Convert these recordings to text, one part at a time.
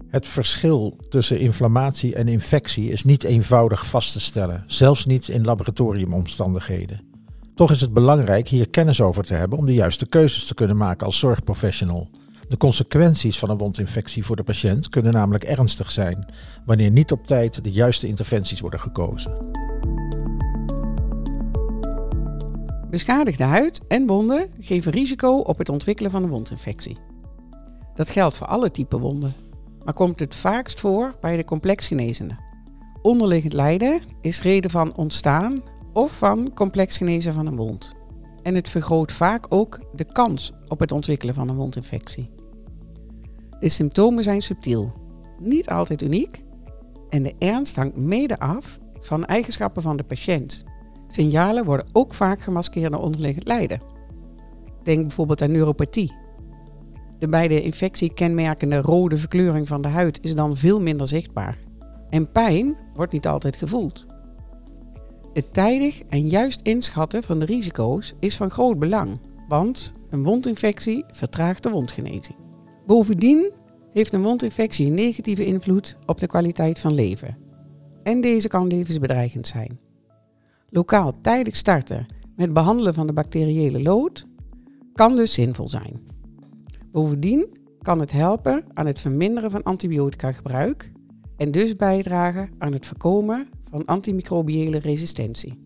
Het verschil tussen inflammatie en infectie is niet eenvoudig vast te stellen, zelfs niet in laboratoriumomstandigheden. Toch is het belangrijk hier kennis over te hebben om de juiste keuzes te kunnen maken als zorgprofessional. De consequenties van een wondinfectie voor de patiënt kunnen namelijk ernstig zijn, wanneer niet op tijd de juiste interventies worden gekozen. Beschadigde huid en wonden geven risico op het ontwikkelen van een wondinfectie. Dat geldt voor alle typen wonden, maar komt het vaakst voor bij de complex genezende. Onderliggend lijden is reden van ontstaan of van complex genezen van een wond. En het vergroot vaak ook de kans op het ontwikkelen van een wondinfectie. De symptomen zijn subtiel, niet altijd uniek en de ernst hangt mede af van eigenschappen van de patiënt. Signalen worden ook vaak gemaskeerd naar onderliggend lijden. Denk bijvoorbeeld aan neuropathie. De bij de infectie kenmerkende rode verkleuring van de huid is dan veel minder zichtbaar. En pijn wordt niet altijd gevoeld. Het tijdig en juist inschatten van de risico's is van groot belang, want een wondinfectie vertraagt de wondgenezing. Bovendien heeft een wondinfectie een negatieve invloed op de kwaliteit van leven. En deze kan levensbedreigend zijn. Lokaal tijdig starten met behandelen van de bacteriële lood kan dus zinvol zijn. Bovendien kan het helpen aan het verminderen van antibiotica gebruik en dus bijdragen aan het voorkomen van antimicrobiële resistentie.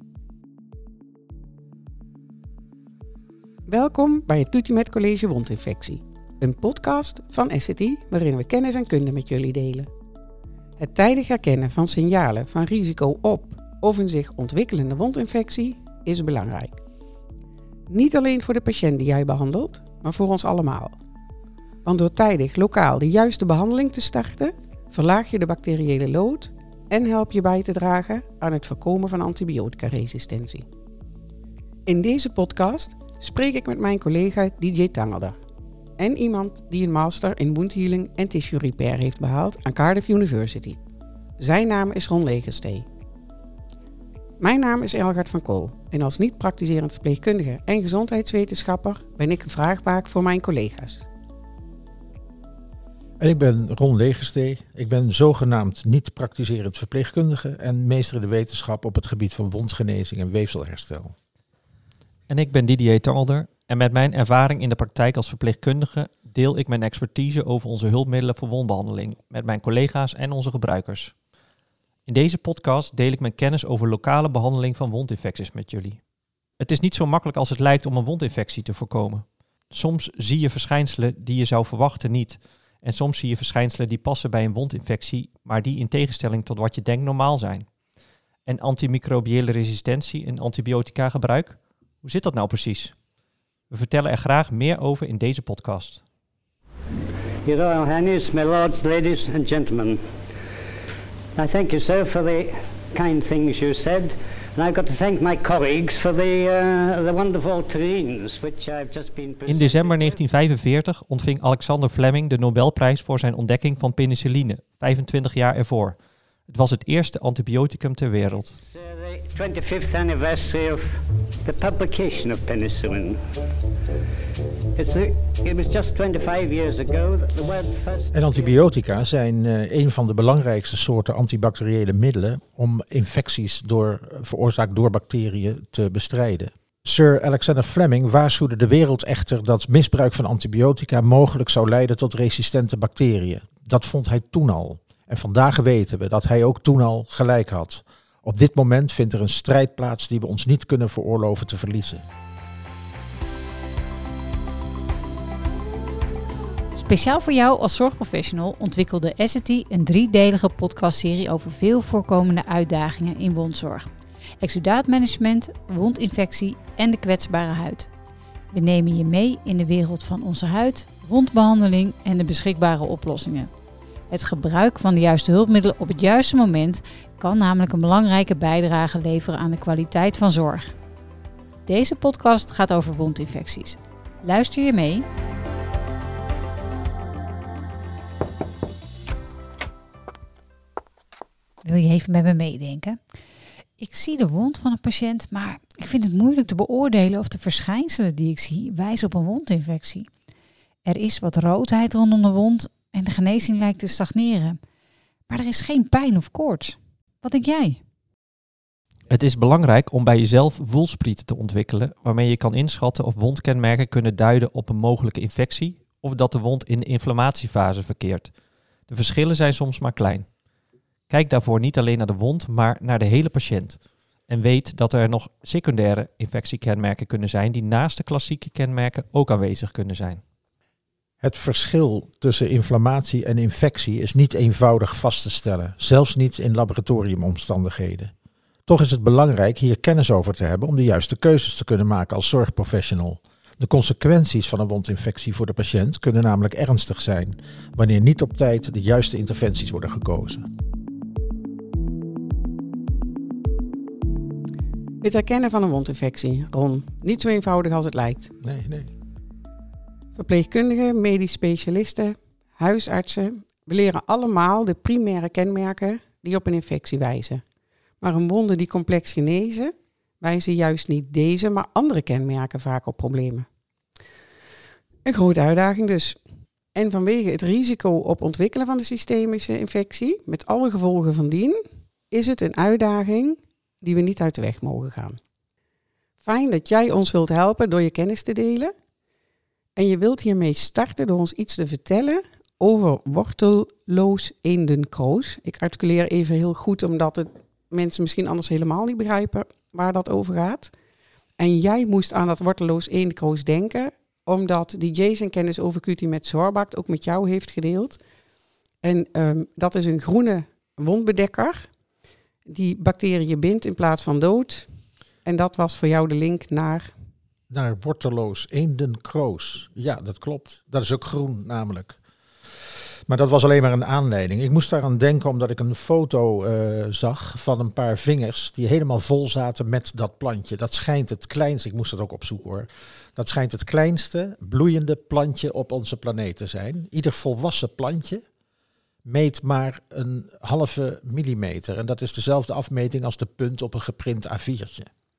Welkom bij het Cutimed College Wondinfectie, een podcast van Essity waarin we kennis en kunde met jullie delen. Het tijdig herkennen van signalen van risico op of een zich ontwikkelende wondinfectie is belangrijk. Niet alleen voor de patiënt die jij behandelt, maar voor ons allemaal. Want door tijdig lokaal de juiste behandeling te starten, verlaag je de bacteriële lood en help je bij te dragen aan het voorkomen van antibioticaresistentie. In deze podcast spreek ik met mijn collega DJ Tangelder en iemand die een master in wound healing en tissue repair heeft behaald aan Cardiff University. Zijn naam is Ron Legerstee. Mijn naam is Elgert van Kool en als niet-praktiserend verpleegkundige en gezondheidswetenschapper ben ik een vraagbaak voor mijn collega's. En ik ben Ron Legerstee. Ik ben zogenaamd niet-praktiserend verpleegkundige en meester in de wetenschap op het gebied van wondgenezing en weefselherstel. En ik ben Didier Tangelder en met mijn ervaring in de praktijk als verpleegkundige deel ik mijn expertise over onze hulpmiddelen voor wondbehandeling met mijn collega's en onze gebruikers. In deze podcast deel ik mijn kennis over lokale behandeling van wondinfecties met jullie. Het is niet zo makkelijk als het lijkt om een wondinfectie te voorkomen. Soms zie je verschijnselen die je zou verwachten niet. En soms zie je verschijnselen die passen bij een wondinfectie, maar die in tegenstelling tot wat je denkt normaal zijn. En antimicrobiële resistentie en antibiotica gebruik? Hoe zit dat nou precies? We vertellen er graag meer over in deze podcast. Your Royal Highness, my lords, ladies and gentlemen. I thank you, sir, for the kind things you said. And I've got to thank my colleagues for the wonderful terrains which I've just been presented. In december 1945 ontving Alexander Fleming de Nobelprijs voor zijn ontdekking van penicilline, 25 jaar ervoor. Het was het eerste antibioticum ter wereld. It's the 25th anniversary of the publication of penicillin. It was just 25 years ago that the word first... En antibiotica zijn een van de belangrijkste soorten antibacteriële middelen om infecties veroorzaakt door bacteriën te bestrijden. Sir Alexander Fleming waarschuwde de wereld echter dat misbruik van antibiotica mogelijk zou leiden tot resistente bacteriën. Dat vond hij toen al. En vandaag weten we dat hij ook toen al gelijk had. Op dit moment vindt er een strijd plaats die we ons niet kunnen veroorloven te verliezen. Speciaal voor jou als zorgprofessional ontwikkelde Essity een 3-delige podcastserie over veel voorkomende uitdagingen in wondzorg. Exudaatmanagement, wondinfectie en de kwetsbare huid. We nemen je mee in de wereld van onze huid, wondbehandeling en de beschikbare oplossingen. Het gebruik van de juiste hulpmiddelen op het juiste moment kan namelijk een belangrijke bijdrage leveren aan de kwaliteit van zorg. Deze podcast gaat over wondinfecties. Luister je mee? Wil je even met me meedenken? Ik zie de wond van een patiënt, maar ik vind het moeilijk te beoordelen of de verschijnselen die ik zie wijzen op een wondinfectie. Er is wat roodheid rondom de wond en de genezing lijkt te stagneren. Maar er is geen pijn of koorts. Wat denk jij? Het is belangrijk om bij jezelf voelsprieten te ontwikkelen, waarmee je kan inschatten of wondkenmerken kunnen duiden op een mogelijke infectie of dat de wond in de inflammatiefase verkeert. De verschillen zijn soms maar klein. Kijk daarvoor niet alleen naar de wond, maar naar de hele patiënt. En weet dat er nog secundaire infectiekenmerken kunnen zijn die naast de klassieke kenmerken ook aanwezig kunnen zijn. Het verschil tussen inflammatie en infectie is niet eenvoudig vast te stellen, zelfs niet in laboratoriumomstandigheden. Toch is het belangrijk hier kennis over te hebben om de juiste keuzes te kunnen maken als zorgprofessional. De consequenties van een wondinfectie voor de patiënt kunnen namelijk ernstig zijn, wanneer niet op tijd de juiste interventies worden gekozen. Het herkennen van een wondinfectie, Ron. Niet zo eenvoudig als het lijkt. Nee. Verpleegkundigen, medisch specialisten, huisartsen. We leren allemaal de primaire kenmerken die op een infectie wijzen. Maar een wonden die complex genezen, wijzen juist niet deze, maar andere kenmerken vaak op problemen. Een grote uitdaging dus. En vanwege het risico op ontwikkelen van de systemische infectie, met alle gevolgen van dien, is het een uitdaging die we niet uit de weg mogen gaan. Fijn dat jij ons wilt helpen door je kennis te delen. En je wilt hiermee starten door ons iets te vertellen over wortelloos eendenkroos. Ik articuleer even heel goed, omdat het mensen misschien anders helemaal niet begrijpen waar dat over gaat. En jij moest aan dat wortelloos eendenkroos denken, omdat DJ zijn kennis over Qt-met-Zorbact ook met jou heeft gedeeld. En dat is een groene wondbedekker die bacteriën bindt in plaats van dood. En dat was voor jou de link naar wortelloos eendenkroos. Ja, dat klopt. Dat is ook groen namelijk. Maar dat was alleen maar een aanleiding. Ik moest daaraan denken omdat ik een foto zag van een paar vingers die helemaal vol zaten met dat plantje. Dat schijnt het kleinste, ik moest dat ook opzoeken hoor. Dat schijnt het kleinste bloeiende plantje op onze planeet te zijn. Ieder volwassen plantje meet maar een halve millimeter. En dat is dezelfde afmeting als de punt op een geprint A4'tje.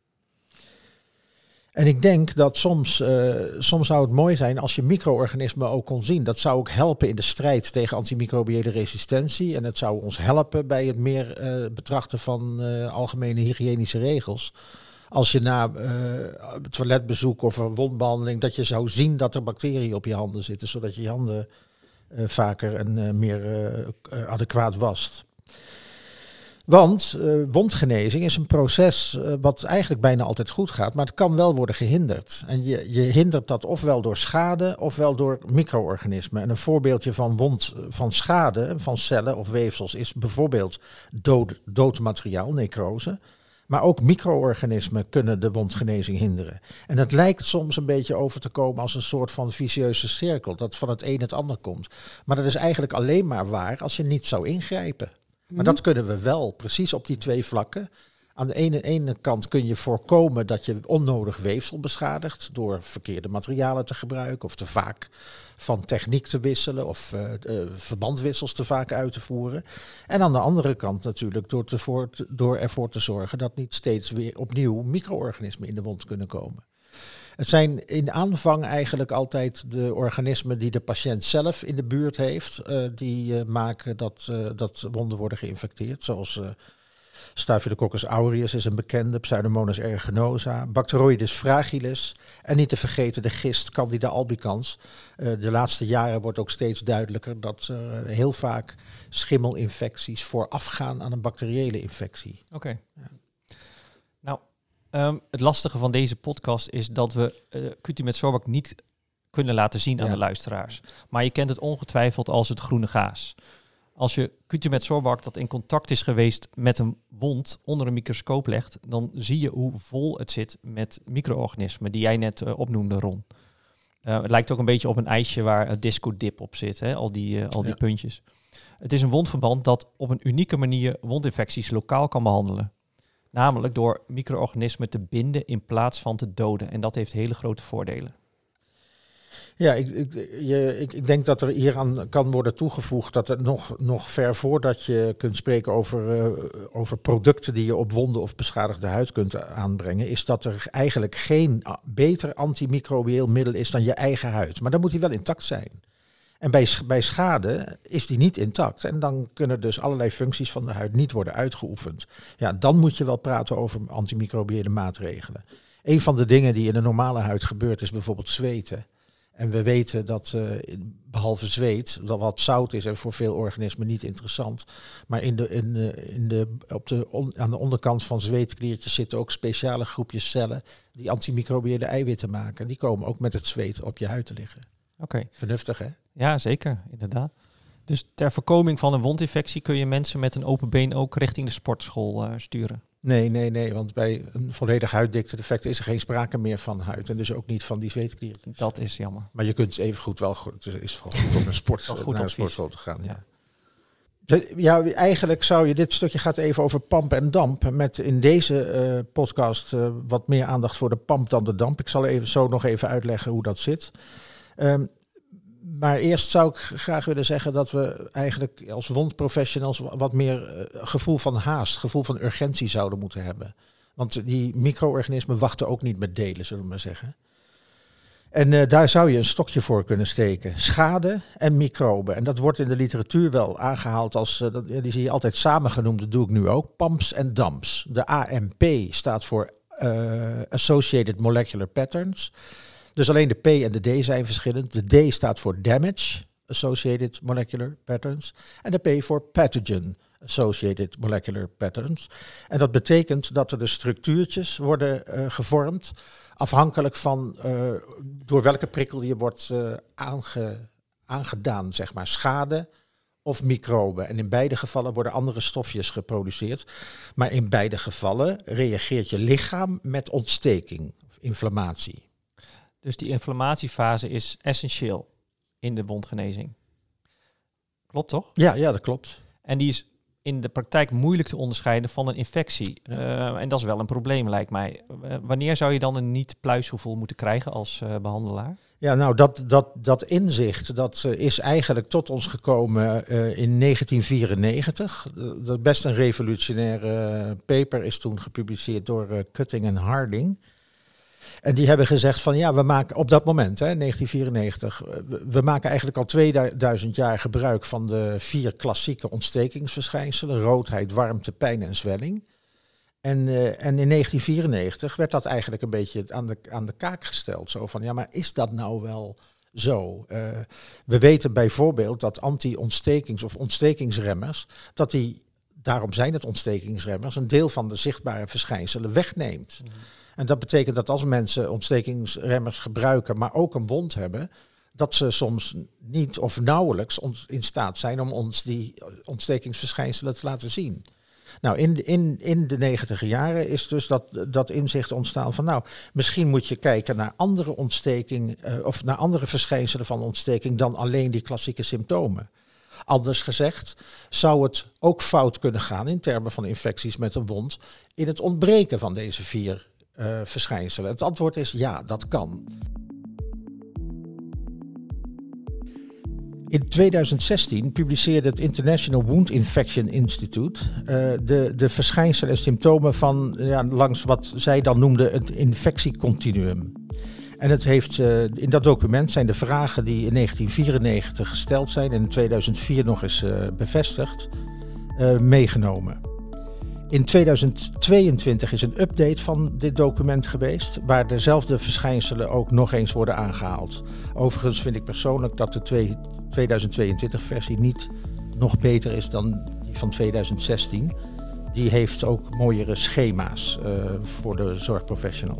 En ik denk dat soms zou het mooi zijn als je micro-organismen ook kon zien. Dat zou ook helpen in de strijd tegen antimicrobiële resistentie. En het zou ons helpen bij het meer betrachten van algemene hygiënische regels. Als je na toiletbezoek of een wondbehandeling, dat je zou zien dat er bacteriën op je handen zitten. Zodat je je handen vaker en meer adequaat wast. Want wondgenezing is een proces wat eigenlijk bijna altijd goed gaat, maar het kan wel worden gehinderd. En je hindert dat ofwel door schade ofwel door micro-organismen. En een voorbeeldje van schade van cellen of weefsels is bijvoorbeeld dood materiaal, necrose. Maar ook micro-organismen kunnen de wondgenezing hinderen. En het lijkt soms een beetje over te komen als een soort van vicieuze cirkel, dat van het een het ander komt. Maar dat is eigenlijk alleen maar waar als je niet zou ingrijpen. Maar dat kunnen we wel, precies op die twee vlakken. Aan de ene kant kun je voorkomen dat je onnodig weefsel beschadigt door verkeerde materialen te gebruiken of te vaak van techniek te wisselen of verbandwissels te vaak uit te voeren. En aan de andere kant natuurlijk door ervoor te zorgen dat niet steeds weer opnieuw micro-organismen in de wond kunnen komen. Het zijn in aanvang eigenlijk altijd de organismen die de patiënt zelf in de buurt heeft, die maken dat wonden worden geïnfecteerd. Zoals Staphylococcus aureus is een bekende, Pseudomonas aeruginosa, Bacteroides fragilis en niet te vergeten de gist Candida albicans. De laatste jaren wordt ook steeds duidelijker dat heel vaak schimmelinfecties voorafgaan aan een bacteriële infectie. Oké. Ja. Nou, het lastige van deze podcast is dat we Qt-met-Zorbact niet kunnen laten zien aan de luisteraars. Maar je kent het ongetwijfeld als het groene gaas. Als je Qt-met-Zorbact dat in contact is geweest met een wond onder een microscoop legt, dan zie je hoe vol het zit met micro-organismen die jij net opnoemde, Ron. Het lijkt ook een beetje op een ijsje waar disco-dip op zit, hè? Al die puntjes. Het is een wondverband dat op een unieke manier wondinfecties lokaal kan behandelen. Namelijk door micro-organismen te binden in plaats van te doden. En dat heeft hele grote voordelen. Ja, ik denk dat er hieraan kan worden toegevoegd dat er nog ver voordat je kunt spreken over producten die je op wonden of beschadigde huid kunt aanbrengen, is dat er eigenlijk geen beter antimicrobieel middel is dan je eigen huid. Maar dan moet die wel intact zijn. En bij schade is die niet intact. En dan kunnen dus allerlei functies van de huid niet worden uitgeoefend. Ja, dan moet je wel praten over antimicrobiële maatregelen. Een van de dingen die in de normale huid gebeurt is bijvoorbeeld zweten. En we weten dat behalve zweet, dat wat zout is en voor veel organismen niet interessant. Maar aan de onderkant van zweetkliertjes zitten ook speciale groepjes cellen die antimicrobiële eiwitten maken. Die komen ook met het zweet op je huid te liggen. Oké. Vernuftig, hè? Ja, zeker, inderdaad. Dus ter voorkoming van een wondinfectie kun je mensen met een open been ook richting de sportschool sturen? Nee, want bij een volledig huiddikte-defect is er geen sprake meer van huid en dus ook niet van die zweetkliertjes. Dat is jammer. Maar je kunt even goed wel, het is vooral goed om naar de sportschool te gaan. Ja, eigenlijk zou je, dit stukje gaat even over PAMP en DAMP, met in deze podcast wat meer aandacht voor de PAMP dan de DAMP. Ik zal nog even uitleggen hoe dat zit. Maar eerst zou ik graag willen zeggen dat we eigenlijk als wondprofessionals wat meer gevoel van haast, gevoel van urgentie zouden moeten hebben. Want die micro-organismen wachten ook niet met delen, zullen we maar zeggen. En daar zou je een stokje voor kunnen steken. Schade en microben. En dat wordt in de literatuur wel aangehaald als, die zie je altijd samengenoemd, dat doe ik nu ook, PAMPs en DAMPs. De AMP staat voor Associated Molecular Patterns. Dus alleen de P en de D zijn verschillend. De D staat voor Damage, Associated Molecular Patterns. En de P voor Pathogen, Associated Molecular Patterns. En dat betekent dat er de structuurtjes worden gevormd, afhankelijk van door welke prikkel je wordt aangedaan, zeg maar, schade of microben. En in beide gevallen worden andere stofjes geproduceerd. Maar in beide gevallen reageert je lichaam met ontsteking of inflammatie. Dus die inflammatiefase is essentieel in de wondgenezing. Klopt toch? Ja, dat klopt. En die is in de praktijk moeilijk te onderscheiden van een infectie. En dat is wel een probleem, lijkt mij. Wanneer zou je dan een niet-pluisgevoel moeten krijgen als behandelaar? Ja, nou, dat inzicht, dat is eigenlijk tot ons gekomen in 1994. Dat is best een revolutionaire paper, is toen gepubliceerd door Cutting en Harding. En die hebben gezegd van ja, we maken op dat moment, 1994, we maken eigenlijk al 2000 jaar gebruik van de 4 klassieke ontstekingsverschijnselen: roodheid, warmte, pijn en zwelling. En in 1994 werd dat eigenlijk een beetje aan de kaak gesteld. Zo van ja, maar is dat nou wel zo? We weten bijvoorbeeld dat anti-ontstekings- of ontstekingsremmers, daarom zijn het ontstekingsremmers, een deel van de zichtbare verschijnselen wegneemt. Mm-hmm. En dat betekent dat als mensen ontstekingsremmers gebruiken, maar ook een wond hebben, dat ze soms niet of nauwelijks in staat zijn om ons die ontstekingsverschijnselen te laten zien. Nou, in de 90 jaren is dus dat inzicht ontstaan van nou, misschien moet je kijken naar andere ontsteking of naar andere verschijnselen van ontsteking dan alleen die klassieke symptomen. Anders gezegd, zou het ook fout kunnen gaan in termen van infecties met een wond in het ontbreken van deze 4 verschijnselen? Het antwoord is ja, dat kan. In 2016 publiceerde het International Wound Infection Institute de verschijnselen en symptomen van langs wat zij dan noemden het infectiecontinuum. En het heeft, in dat document zijn de vragen die in 1994 gesteld zijn en in 2004 nog eens bevestigd, meegenomen. In 2022 is een update van dit document geweest, waar dezelfde verschijnselen ook nog eens worden aangehaald. Overigens vind ik persoonlijk dat de 2022-versie niet nog beter is dan die van 2016. Die heeft ook mooiere schema's voor de zorgprofessional.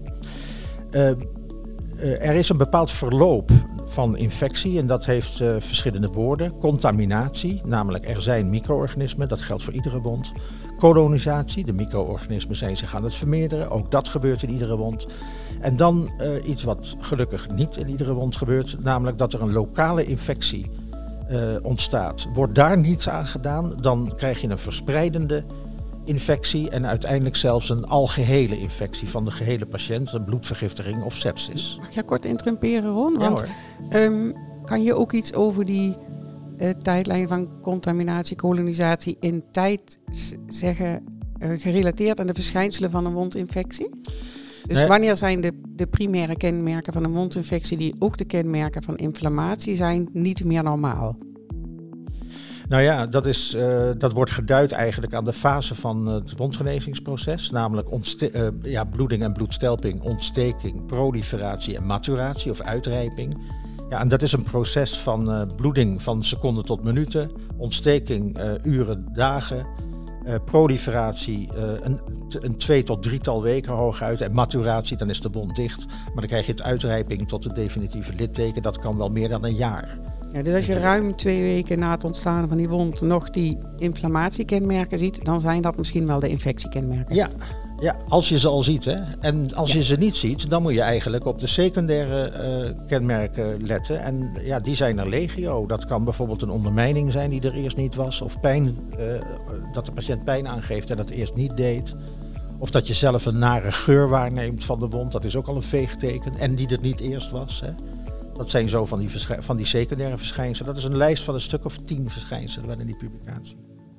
Er is een bepaald verloop van infectie en dat heeft verschillende woorden. Contaminatie, namelijk er zijn micro-organismen, dat geldt voor iedere wond. Kolonisatie, de micro-organismen zijn zich aan het vermeerderen, ook dat gebeurt in iedere wond. En dan iets wat gelukkig niet in iedere wond gebeurt, namelijk dat er een lokale infectie ontstaat. Wordt daar niets aan gedaan, dan krijg je een verspreidende infectie en uiteindelijk zelfs een algehele infectie van de gehele patiënt, een bloedvergiftiging of sepsis. Mag ik jou kort interrumperen, Ron? Ja, want kan je ook iets over die tijdlijn van contaminatie, kolonisatie in tijd zeggen, gerelateerd aan de verschijnselen van een wondinfectie? Dus Nee. wanneer zijn de primaire kenmerken van een mondinfectie, die ook de kenmerken van inflammatie zijn, niet meer normaal? Nou ja, dat wordt geduid eigenlijk aan de fase van het wondgenezingsproces. Namelijk bloeding en bloedstelping, ontsteking, proliferatie en maturatie of uitrijping. Ja, en dat is een proces van bloeding van seconden tot minuten, ontsteking uren, dagen, proliferatie een 2 tot 3-tal weken hooguit en maturatie, dan is de wond dicht. Maar dan krijg je het uitrijping tot het definitieve litteken, dat kan wel meer dan een jaar. Ja, dus als je ruim 2 weken na het ontstaan van die wond nog die inflammatiekenmerken ziet, dan zijn dat misschien wel de infectiekenmerken. Ja, als je ze al ziet. Hè. En als je ze niet ziet, dan moet je eigenlijk op de secundaire kenmerken letten. En ja, die zijn er legio. Dat kan bijvoorbeeld een ondermijning zijn die er eerst niet was. Of pijn, dat de patiënt pijn aangeeft en dat eerst niet deed. Of dat je zelf een nare geur waarneemt van de wond. Dat is ook al een veegteken. En die er niet eerst was. Hè. Dat zijn zo van die secundaire verschijnselen. Dat is een lijst van een stuk of 10 verschijnselen in die publicatie.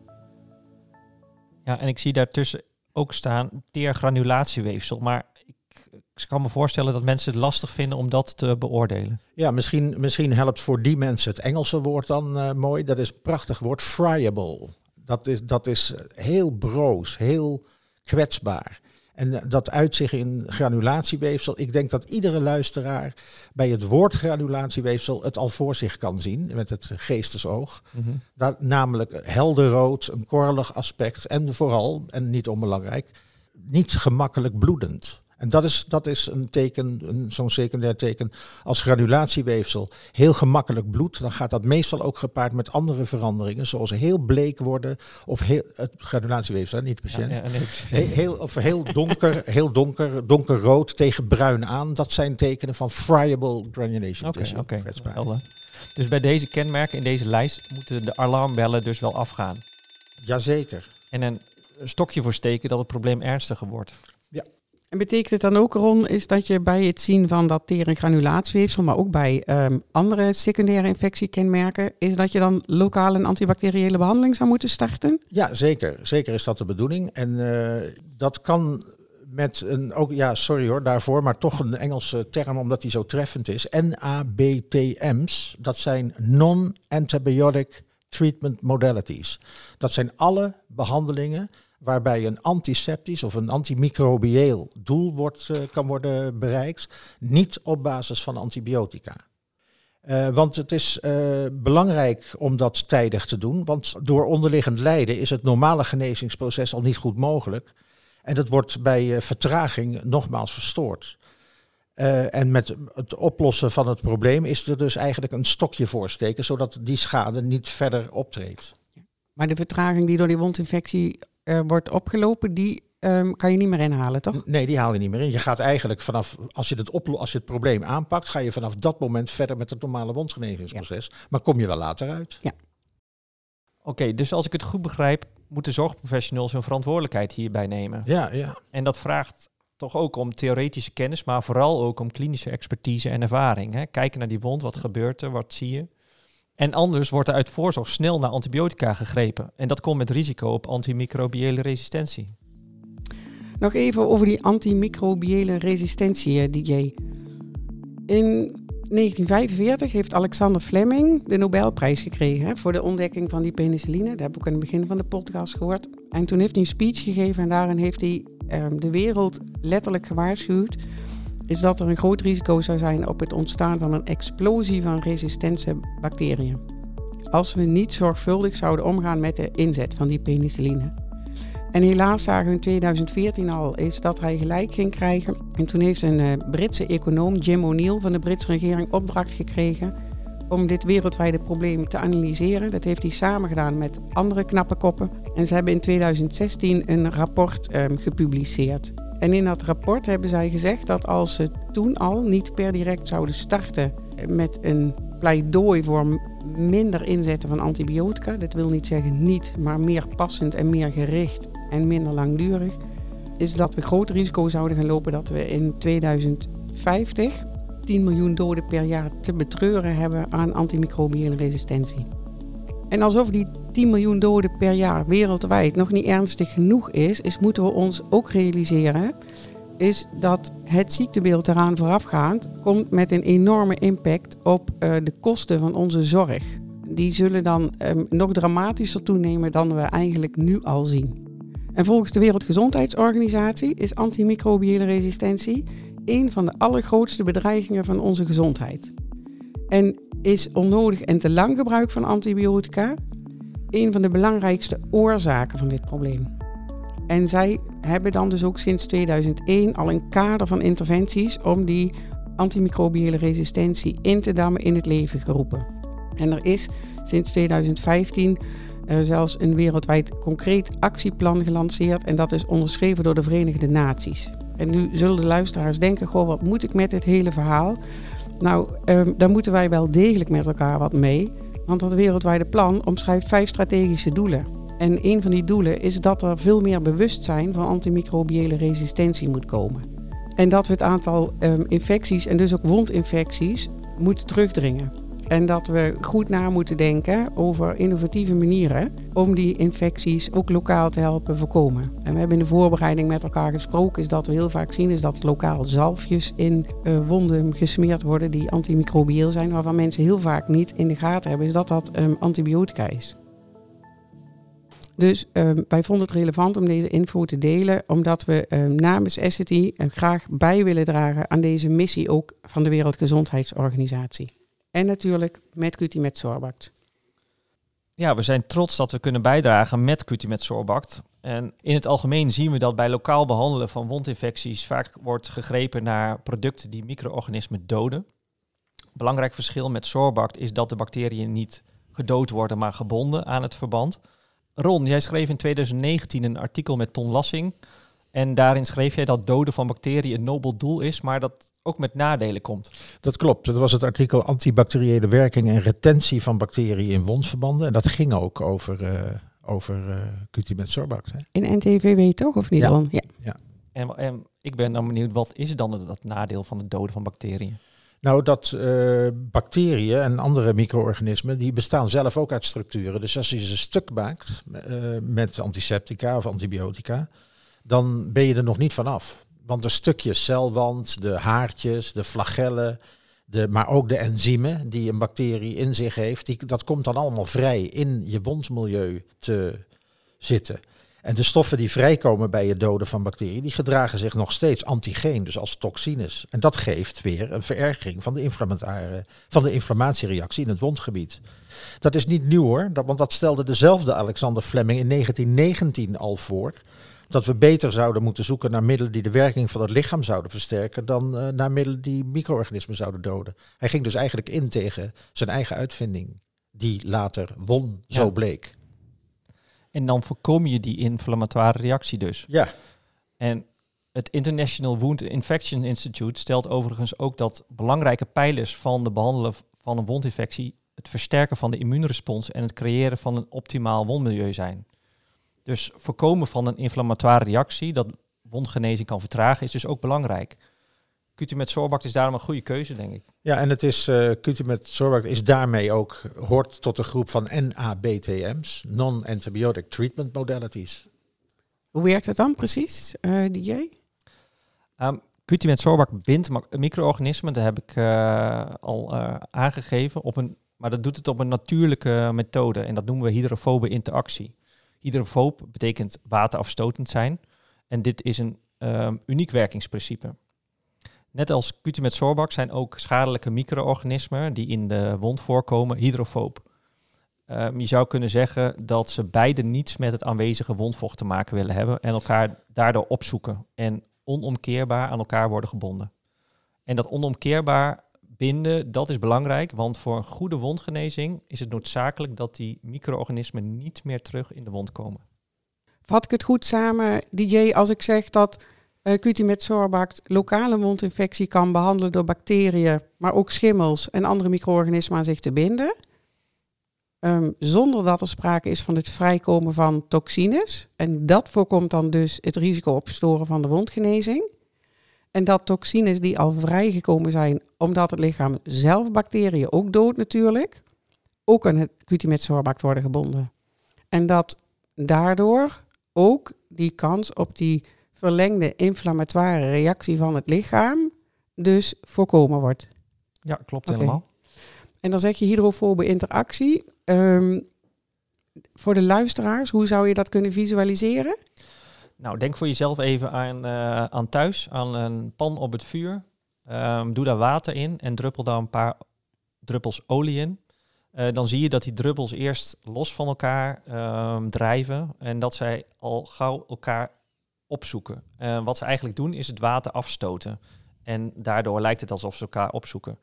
Ja, en ik zie daartussen ook staan teergranulatieweefsel. Maar ik kan me voorstellen dat mensen het lastig vinden om dat te beoordelen. Ja, misschien helpt voor die mensen het Engelse woord dan mooi. Dat is een prachtig woord, friable. Dat is heel broos, heel kwetsbaar. En dat uit zich in granulatieweefsel. Ik denk dat iedere luisteraar bij het woord granulatieweefsel het al voor zich kan zien met het geestesoog. Mm-hmm. Namelijk helder rood, een korrelig aspect en vooral, en niet onbelangrijk, niet gemakkelijk bloedend. En dat is een teken, zo'n secundair teken. Als granulatieweefsel heel gemakkelijk bloedt, dan gaat dat meestal ook gepaard met andere veranderingen, zoals heel bleek worden, of het granulatieweefsel, niet de patiënt. Heel donkerrood tegen bruin aan. Dat zijn tekenen van friable granulation tissue. Oké. Dus bij deze kenmerken in deze lijst moeten de alarmbellen dus wel afgaan. Jazeker. En een stokje voor steken dat het probleem ernstiger wordt. En betekent het dan ook, Ron, is dat je bij het zien van dat teer- en granulatieweefsel, maar ook bij andere secundaire infectiekenmerken, is dat je dan lokaal een antibacteriële behandeling zou moeten starten? Ja, zeker. Zeker is dat de bedoeling. En dat kan met daarvoor, maar toch een Engelse term omdat die zo treffend is. NABTM's, dat zijn Non-Antibiotic Treatment Modalities. Dat zijn alle behandelingen waarbij een antiseptisch of een antimicrobieel doel kan worden bereikt, niet op basis van antibiotica. Want het is belangrijk om dat tijdig te doen, want door onderliggend lijden is het normale genezingsproces al niet goed mogelijk. En dat wordt bij vertraging nogmaals verstoord. En met het oplossen van het probleem is er dus eigenlijk een stokje voor steken, zodat die schade niet verder optreedt. Maar de vertraging die door die wondinfectie wordt opgelopen, die kan je niet meer inhalen, toch? Nee, die haal je niet meer in. Je gaat eigenlijk vanaf, als je het probleem aanpakt, ga je vanaf dat moment verder met het normale wondgenezingsproces. Ja. Maar kom je wel later uit. Ja. Oké, dus als ik het goed begrijp, moeten zorgprofessionals hun verantwoordelijkheid hierbij nemen. Ja. En dat vraagt toch ook om theoretische kennis, maar vooral ook om klinische expertise en ervaring. Hè? Kijken naar die wond, wat gebeurt er, wat zie je? En anders wordt er uit voorzorg snel naar antibiotica gegrepen. En dat komt met risico op antimicrobiële resistentie. Nog even over die antimicrobiële resistentie, DJ. In 1945 heeft Alexander Fleming de Nobelprijs gekregen voor de ontdekking van die penicilline. Dat heb ik ook in het begin van de podcast gehoord. En toen heeft hij een speech gegeven en daarin heeft hij de wereld letterlijk gewaarschuwd. Is dat er een groot risico zou zijn op het ontstaan van een explosie van resistente bacteriën. Als we niet zorgvuldig zouden omgaan met de inzet van die penicilline. En helaas zagen we in 2014 al is dat hij gelijk ging krijgen. En toen heeft een Britse econoom, Jim O'Neill, van de Britse regering opdracht gekregen om dit wereldwijde probleem te analyseren. Dat heeft hij samen gedaan met andere knappe koppen. En ze hebben in 2016 een rapport gepubliceerd. En in dat rapport hebben zij gezegd dat als ze toen al niet per direct zouden starten met een pleidooi voor minder inzetten van antibiotica, dat wil niet zeggen niet, maar meer passend en meer gericht en minder langdurig, is dat we groot risico zouden gaan lopen dat we in 2050 10 miljoen doden per jaar te betreuren hebben aan antimicrobiële resistentie. En alsof die 10 miljoen doden per jaar wereldwijd nog niet ernstig genoeg is, moeten we ons ook realiseren is dat het ziektebeeld eraan voorafgaand komt met een enorme impact op de kosten van onze zorg. Die zullen dan nog dramatischer toenemen dan we eigenlijk nu al zien. En volgens de Wereldgezondheidsorganisatie is antimicrobiële resistentie een van de allergrootste bedreigingen van onze gezondheid. En is onnodig en te lang gebruik van antibiotica een van de belangrijkste oorzaken van dit probleem. En zij hebben dan dus ook sinds 2001 al een kader van interventies om die antimicrobiële resistentie in te dammen in het leven geroepen. En er is sinds 2015 zelfs een wereldwijd concreet actieplan gelanceerd en dat is onderschreven door de Verenigde Naties. En nu zullen de luisteraars denken, goh, wat moet ik met dit hele verhaal? Nou, daar moeten wij wel degelijk met elkaar wat mee, want dat wereldwijde plan omschrijft 5 strategische doelen. En een van die doelen is dat er veel meer bewustzijn van antimicrobiële resistentie moet komen. En dat we het aantal infecties en dus ook wondinfecties moeten terugdringen. En dat we goed na moeten denken over innovatieve manieren om die infecties ook lokaal te helpen voorkomen. En we hebben in de voorbereiding met elkaar gesproken, is dat we heel vaak zien is dat lokaal zalfjes in wonden gesmeerd worden die antimicrobieel zijn, waarvan mensen heel vaak niet in de gaten hebben, is dat dat antibiotica is. Dus wij vonden het relevant om deze info te delen, omdat we namens Essity graag bij willen dragen aan deze missie ook van de Wereldgezondheidsorganisatie. En natuurlijk met Qutimet Sorbact. Ja, we zijn trots dat we kunnen bijdragen met Qutimet Sorbact. En in het algemeen zien we dat bij lokaal behandelen van wondinfecties vaak wordt gegrepen naar producten die micro-organismen doden. Belangrijk verschil met Sorbact is dat de bacteriën niet gedood worden, maar gebonden aan het verband. Ron, jij schreef in 2019 een artikel met Ton Lassing. En daarin schreef jij dat doden van bacteriën een nobel doel is, maar dat ook met nadelen komt. Dat klopt. Dat was het artikel Antibacteriële werking en retentie van bacteriën in wondverbanden. En dat ging ook over Qutimet Sorbact. Hè? In NTVW toch, of niet, Ja. Ron? Ja. Ja. En ik ben dan benieuwd, wat is dan dat nadeel van het doden van bacteriën? Nou, dat bacteriën en andere micro-organismen, die bestaan zelf ook uit structuren. Dus als je ze stuk maakt met antiseptica of antibiotica, dan ben je er nog niet vanaf. Want de stukjes celwand, de haartjes, de flagellen, maar ook de enzymen die een bacterie in zich heeft, dat komt dan allemaal vrij in je wondmilieu te zitten. En de stoffen die vrijkomen bij het doden van bacteriën, die gedragen zich nog steeds antigeen, dus als toxines. En dat geeft weer een verergering van de inflammatiereactie in het wondgebied. Dat is niet nieuw hoor, want dat stelde dezelfde Alexander Fleming in 1919 al voor. Dat we beter zouden moeten zoeken naar middelen die de werking van het lichaam zouden versterken dan naar middelen die micro-organismen zouden doden. Hij ging dus eigenlijk in tegen zijn eigen uitvinding, die later won, zo bleek. En dan voorkom je die inflammatoire reactie dus. Ja. En het International Wound Infection Institute stelt overigens ook dat belangrijke pijlers van de behandelen van een wondinfectie het versterken van de immuunrespons en het creëren van een optimaal wondmilieu zijn. Dus voorkomen van een inflammatoire reactie, dat wondgenezing kan vertragen, is dus ook belangrijk. Qutimet Sorbact is daarom een goede keuze, denk ik. Ja, en het is Qutimet Sorbact is daarmee ook, hoort tot de groep van NABTM's, Non-Antibiotic Treatment Modalities. Hoe werkt het dan precies, DJ? Qutimet Sorbact bindt micro-organismen, dat heb ik al aangegeven, maar dat doet het op een natuurlijke methode en dat noemen we hydrofobe interactie. Hydrofoob betekent waterafstotend zijn en dit is een uniek werkingsprincipe. Net als Qutimet Sorbact zijn ook schadelijke micro-organismen die in de wond voorkomen hydrofoob. Je zou kunnen zeggen dat ze beide niets met het aanwezige wondvocht te maken willen hebben en elkaar daardoor opzoeken en onomkeerbaar aan elkaar worden gebonden. En dat onomkeerbaar binden, dat is belangrijk, want voor een goede wondgenezing is het noodzakelijk dat die micro-organismen niet meer terug in de wond komen. Vat ik het goed samen, DJ, als ik zeg dat Qutimet Sorbact lokale wondinfectie kan behandelen door bacteriën, maar ook schimmels en andere micro-organismen aan zich te binden, zonder dat er sprake is van het vrijkomen van toxines. En dat voorkomt dan dus het risico op verstoren van de wondgenezing. En dat toxines die al vrijgekomen zijn, omdat het lichaam zelf bacteriën ook doodt natuurlijk, ook aan het Qutimet Sorbact worden gebonden. En dat daardoor ook die kans op die verlengde inflammatoire reactie van het lichaam dus voorkomen wordt. Ja, klopt Oké. helemaal. En dan zeg je hydrofobe interactie. Voor de luisteraars, hoe zou je dat kunnen visualiseren? Nou, denk voor jezelf even aan thuis, aan een pan op het vuur. Doe daar water in en druppel daar een paar druppels olie in. Dan zie je dat die druppels eerst los van elkaar drijven en dat zij al gauw elkaar opzoeken. Wat ze eigenlijk doen is het water afstoten. En daardoor lijkt het alsof ze elkaar opzoeken.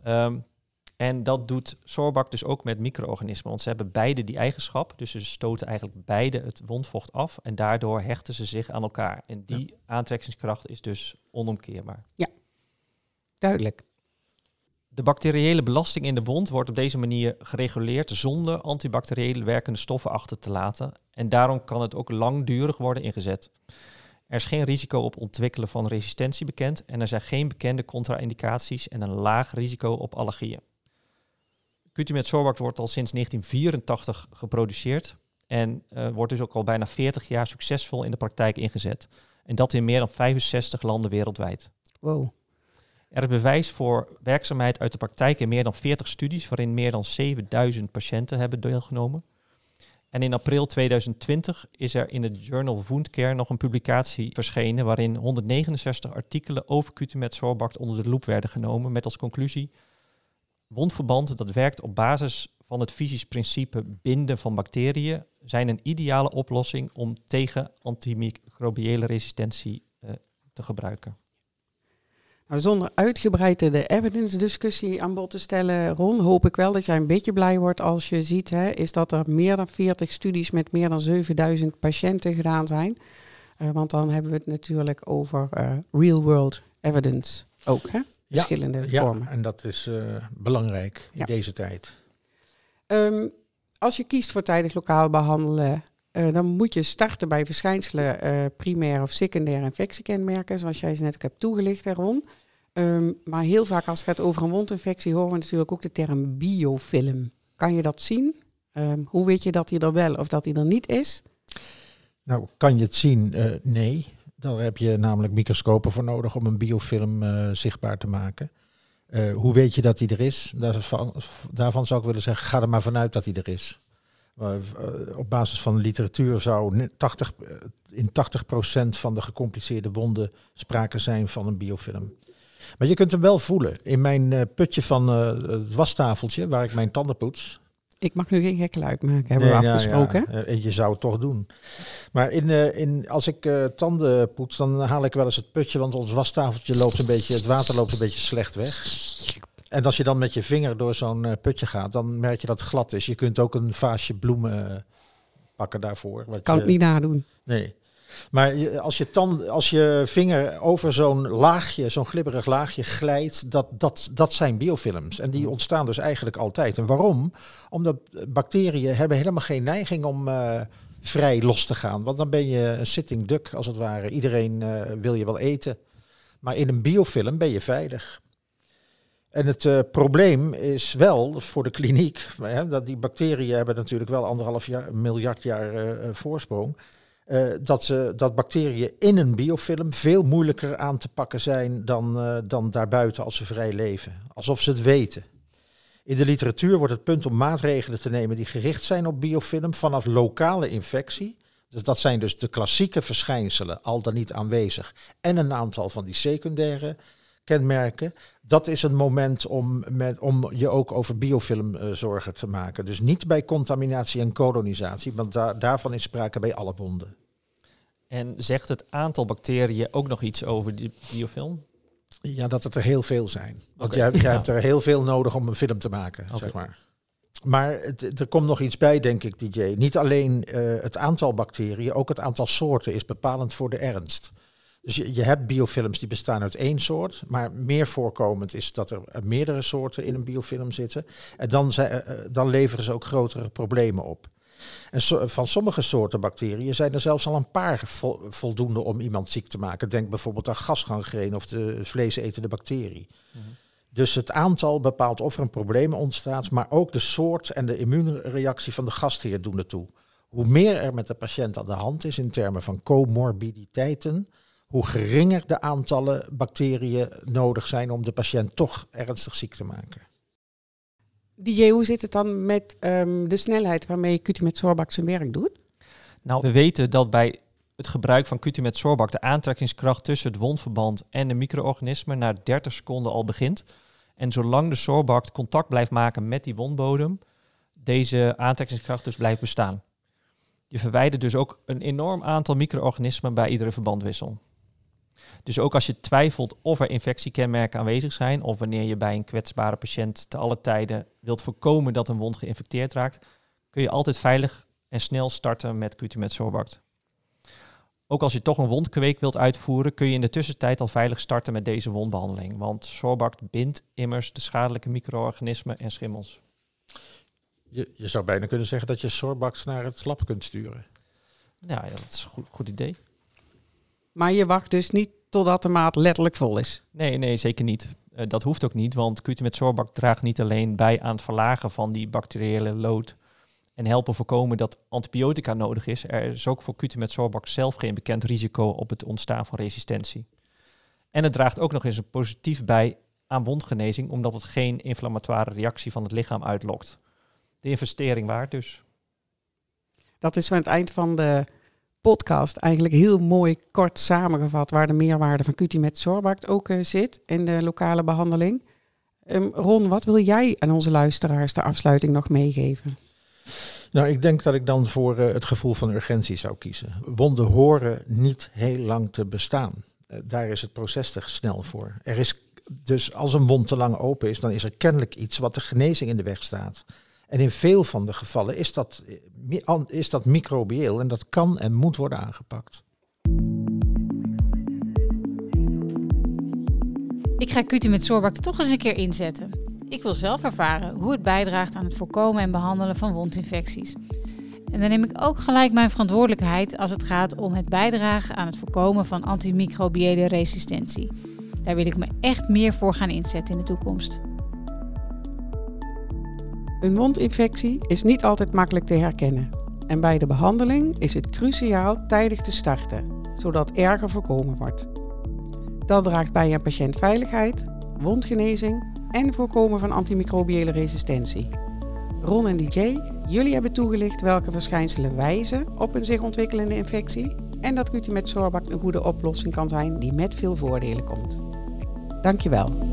En dat doet Sorbak dus ook met micro-organismen, want ze hebben beide die eigenschap. Dus ze stoten eigenlijk beide het wondvocht af en daardoor hechten ze zich aan elkaar. En die aantrekkingskracht is dus onomkeerbaar. Duidelijk. De bacteriële belasting in de wond wordt op deze manier gereguleerd zonder antibacteriële werkende stoffen achter te laten. En daarom kan het ook langdurig worden ingezet. Er is geen risico op ontwikkelen van resistentie bekend en er zijn geen bekende contra-indicaties en een laag risico op allergieën. Cutimed Sorbak wordt al sinds 1984 geproduceerd en wordt dus ook al bijna 40 jaar succesvol in de praktijk ingezet. En dat in meer dan 65 landen wereldwijd. Wow. Er is bewijs voor werkzaamheid uit de praktijk in meer dan 40 studies, waarin meer dan 7000 patiënten hebben deelgenomen. En in april 2020 is er in het Journal of Wound Care nog een publicatie verschenen, waarin 169 artikelen over Cutimed Sorbak onder de loep werden genomen, met als conclusie: wondverband dat werkt op basis van het fysisch principe binden van bacteriën zijn een ideale oplossing om tegen antimicrobiële resistentie te gebruiken. Nou, zonder uitgebreid de evidence discussie aan bod te stellen, Ron, hoop ik wel dat jij een beetje blij wordt als je ziet, is dat er meer dan 40 studies met meer dan 7000 patiënten gedaan zijn. Want dan hebben we het natuurlijk over real world evidence ook, hè? Verschillende vormen. Ja, en dat is belangrijk in deze tijd. Als je kiest voor tijdig lokaal behandelen, dan moet je starten bij verschijnselen primair of secundair infectiekenmerken, zoals jij ze net ook hebt toegelicht, Ron. Maar heel vaak als het gaat over een wondinfectie horen we natuurlijk ook de term biofilm. Kan je dat zien? Hoe weet je dat die er wel of dat die er niet is? Nou, kan je het zien? Nee. Daar heb je namelijk microscopen voor nodig om een biofilm zichtbaar te maken. Hoe weet je dat die er is? Daarvan zou ik willen zeggen, ga er maar vanuit dat die er is. Op basis van de literatuur zou in 80% van de gecompliceerde wonden sprake zijn van een biofilm. Maar je kunt hem wel voelen. In mijn putje van het wastafeltje, waar ik mijn tanden poets. Ik mag nu geen gek geluid maken, hebben we afgesproken. Ja, en je zou het toch doen. Maar als ik tanden poets, dan haal ik wel eens het putje, want ons wastafeltje het water loopt een beetje slecht weg. En als je dan met je vinger door zo'n putje gaat, dan merk je dat het glad is. Je kunt ook een vaasje bloemen pakken daarvoor. Kan het niet nadoen. Nee. Maar als je vinger over zo'n laagje, zo'n glibberig laagje glijdt, dat zijn biofilms. En die ontstaan dus eigenlijk altijd. En waarom? Omdat bacteriën hebben helemaal geen neiging om vrij los te gaan. Want dan ben je een sitting duck, als het ware. Iedereen wil je wel eten. Maar in een biofilm ben je veilig. En het probleem is wel voor de kliniek, dat die bacteriën hebben natuurlijk wel 1,5 miljard jaar voorsprong. Dat bacteriën in een biofilm veel moeilijker aan te pakken zijn dan daarbuiten als ze vrij leven. Alsof ze het weten. In de literatuur wordt het punt om maatregelen te nemen die gericht zijn op biofilm vanaf lokale infectie. Dus dat zijn dus de klassieke verschijnselen, al dan niet aanwezig. En een aantal van die secundaire kenmerken. Dat is een moment om je ook over biofilm zorgen te maken. Dus niet bij contaminatie en kolonisatie, want daarvan is sprake bij alle wonden. En zegt het aantal bacteriën ook nog iets over die biofilm? Ja, dat het er heel veel zijn. Want jij hebt er heel veel nodig om een film te maken, zeg maar. Maar er komt nog iets bij, denk ik, DJ. Niet alleen het aantal bacteriën, ook het aantal soorten is bepalend voor de ernst. Dus je hebt biofilms die bestaan uit 1 soort, maar meer voorkomend is dat er meerdere soorten in een biofilm zitten. En dan leveren ze ook grotere problemen op. En van sommige soorten bacteriën zijn er zelfs al een paar voldoende om iemand ziek te maken. Denk bijvoorbeeld aan gasgangreen of de vleesetende bacterie. Mm-hmm. Dus het aantal bepaalt of er een probleem ontstaat, maar ook de soort en de immuunreactie van de gastheer doen ertoe. Hoe meer er met de patiënt aan de hand is in termen van comorbiditeiten, hoe geringer de aantallen bacteriën nodig zijn om de patiënt toch ernstig ziek te maken. DJ, hoe zit het dan met de snelheid waarmee Qutimet-Sorbact zijn werk doet? Nou, we weten dat bij het gebruik van Qutimet-Sorbact de aantrekkingskracht tussen het wondverband en de micro-organismen na 30 seconden al begint. En zolang de Sorbact contact blijft maken met die wondbodem, deze aantrekkingskracht dus blijft bestaan. Je verwijdert dus ook een enorm aantal micro-organismen bij iedere verbandwissel. Dus ook als je twijfelt of er infectiekenmerken aanwezig zijn, of wanneer je bij een kwetsbare patiënt te alle tijden wilt voorkomen dat een wond geïnfecteerd raakt, kun je altijd veilig en snel starten met Qutimet-Sorbact. Ook als je toch een wondkweek wilt uitvoeren, kun je in de tussentijd al veilig starten met deze wondbehandeling. Want Sorbact bindt immers de schadelijke micro-organismen en schimmels. Je zou bijna kunnen zeggen dat je Sorbact naar het lab kunt sturen. Ja, dat is een goed idee. Maar je wacht dus niet totdat de maat letterlijk vol is. Nee, zeker niet. Dat hoeft ook niet, want Qutimet-Sorbact draagt niet alleen bij aan het verlagen van die bacteriële load en helpen voorkomen dat antibiotica nodig is. Er is ook voor Qutimet-Sorbact zelf geen bekend risico op het ontstaan van resistentie. En het draagt ook nog eens een positief bij aan wondgenezing, omdat het geen inflammatoire reactie van het lichaam uitlokt. De investering waard dus. Dat is aan het eind van de podcast eigenlijk heel mooi kort samengevat waar de meerwaarde van Qutimet-Sorbact ook zit in de lokale behandeling. Ron, wat wil jij aan onze luisteraars de afsluiting nog meegeven? Nou, ik denk dat ik dan voor het gevoel van urgentie zou kiezen. Wonden horen niet heel lang te bestaan. Daar is het proces te snel voor. Er is dus als een wond te lang open is, dan is er kennelijk iets wat de genezing in de weg staat. En in veel van de gevallen is dat microbieel en dat kan en moet worden aangepakt. Ik ga Qutimet-Sorbact toch eens een keer inzetten. Ik wil zelf ervaren hoe het bijdraagt aan het voorkomen en behandelen van wondinfecties. En dan neem ik ook gelijk mijn verantwoordelijkheid als het gaat om het bijdragen aan het voorkomen van antimicrobiële resistentie. Daar wil ik me echt meer voor gaan inzetten in de toekomst. Een wondinfectie is niet altijd makkelijk te herkennen. En bij de behandeling is het cruciaal tijdig te starten, zodat erger voorkomen wordt. Dat draagt bij aan patiëntveiligheid, wondgenezing en voorkomen van antimicrobiële resistentie. Ron en DJ, jullie hebben toegelicht welke verschijnselen wijzen op een zich ontwikkelende infectie en dat Qutimet-Sorbact een goede oplossing kan zijn die met veel voordelen komt. Dankjewel.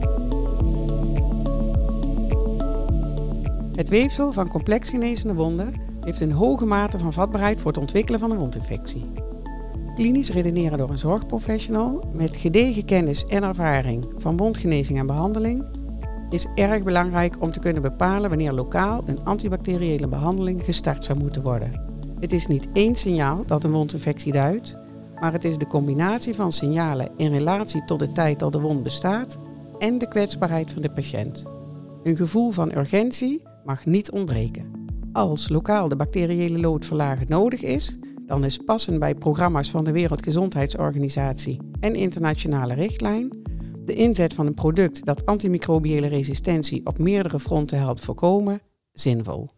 Het weefsel van complex genezende wonden heeft een hoge mate van vatbaarheid voor het ontwikkelen van een wondinfectie. Klinisch redeneren door een zorgprofessional met gedegen kennis en ervaring van wondgenezing en behandeling is erg belangrijk om te kunnen bepalen wanneer lokaal een antibacteriële behandeling gestart zou moeten worden. Het is niet één signaal dat een wondinfectie duidt, maar het is de combinatie van signalen in relatie tot de tijd dat de wond bestaat en de kwetsbaarheid van de patiënt. Een gevoel van urgentie mag niet ontbreken. Als lokaal de bacteriële load verlagen nodig is, dan is passend bij programma's van de Wereldgezondheidsorganisatie en internationale richtlijn de inzet van een product dat antimicrobiële resistentie op meerdere fronten helpt voorkomen, zinvol.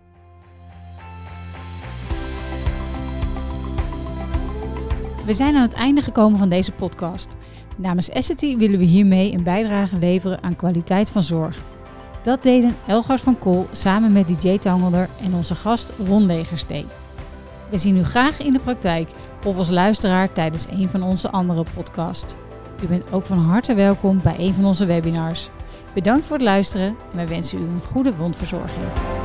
We zijn aan het einde gekomen van deze podcast. Namens Essity willen we hiermee een bijdrage leveren aan kwaliteit van zorg. Dat deden Elgard van Kool samen met DJ Tangelder en onze gast Ron Legerstee. We zien u graag in de praktijk of als luisteraar tijdens een van onze andere podcasts. U bent ook van harte welkom bij een van onze webinars. Bedankt voor het luisteren en wij wensen u een goede wondverzorging.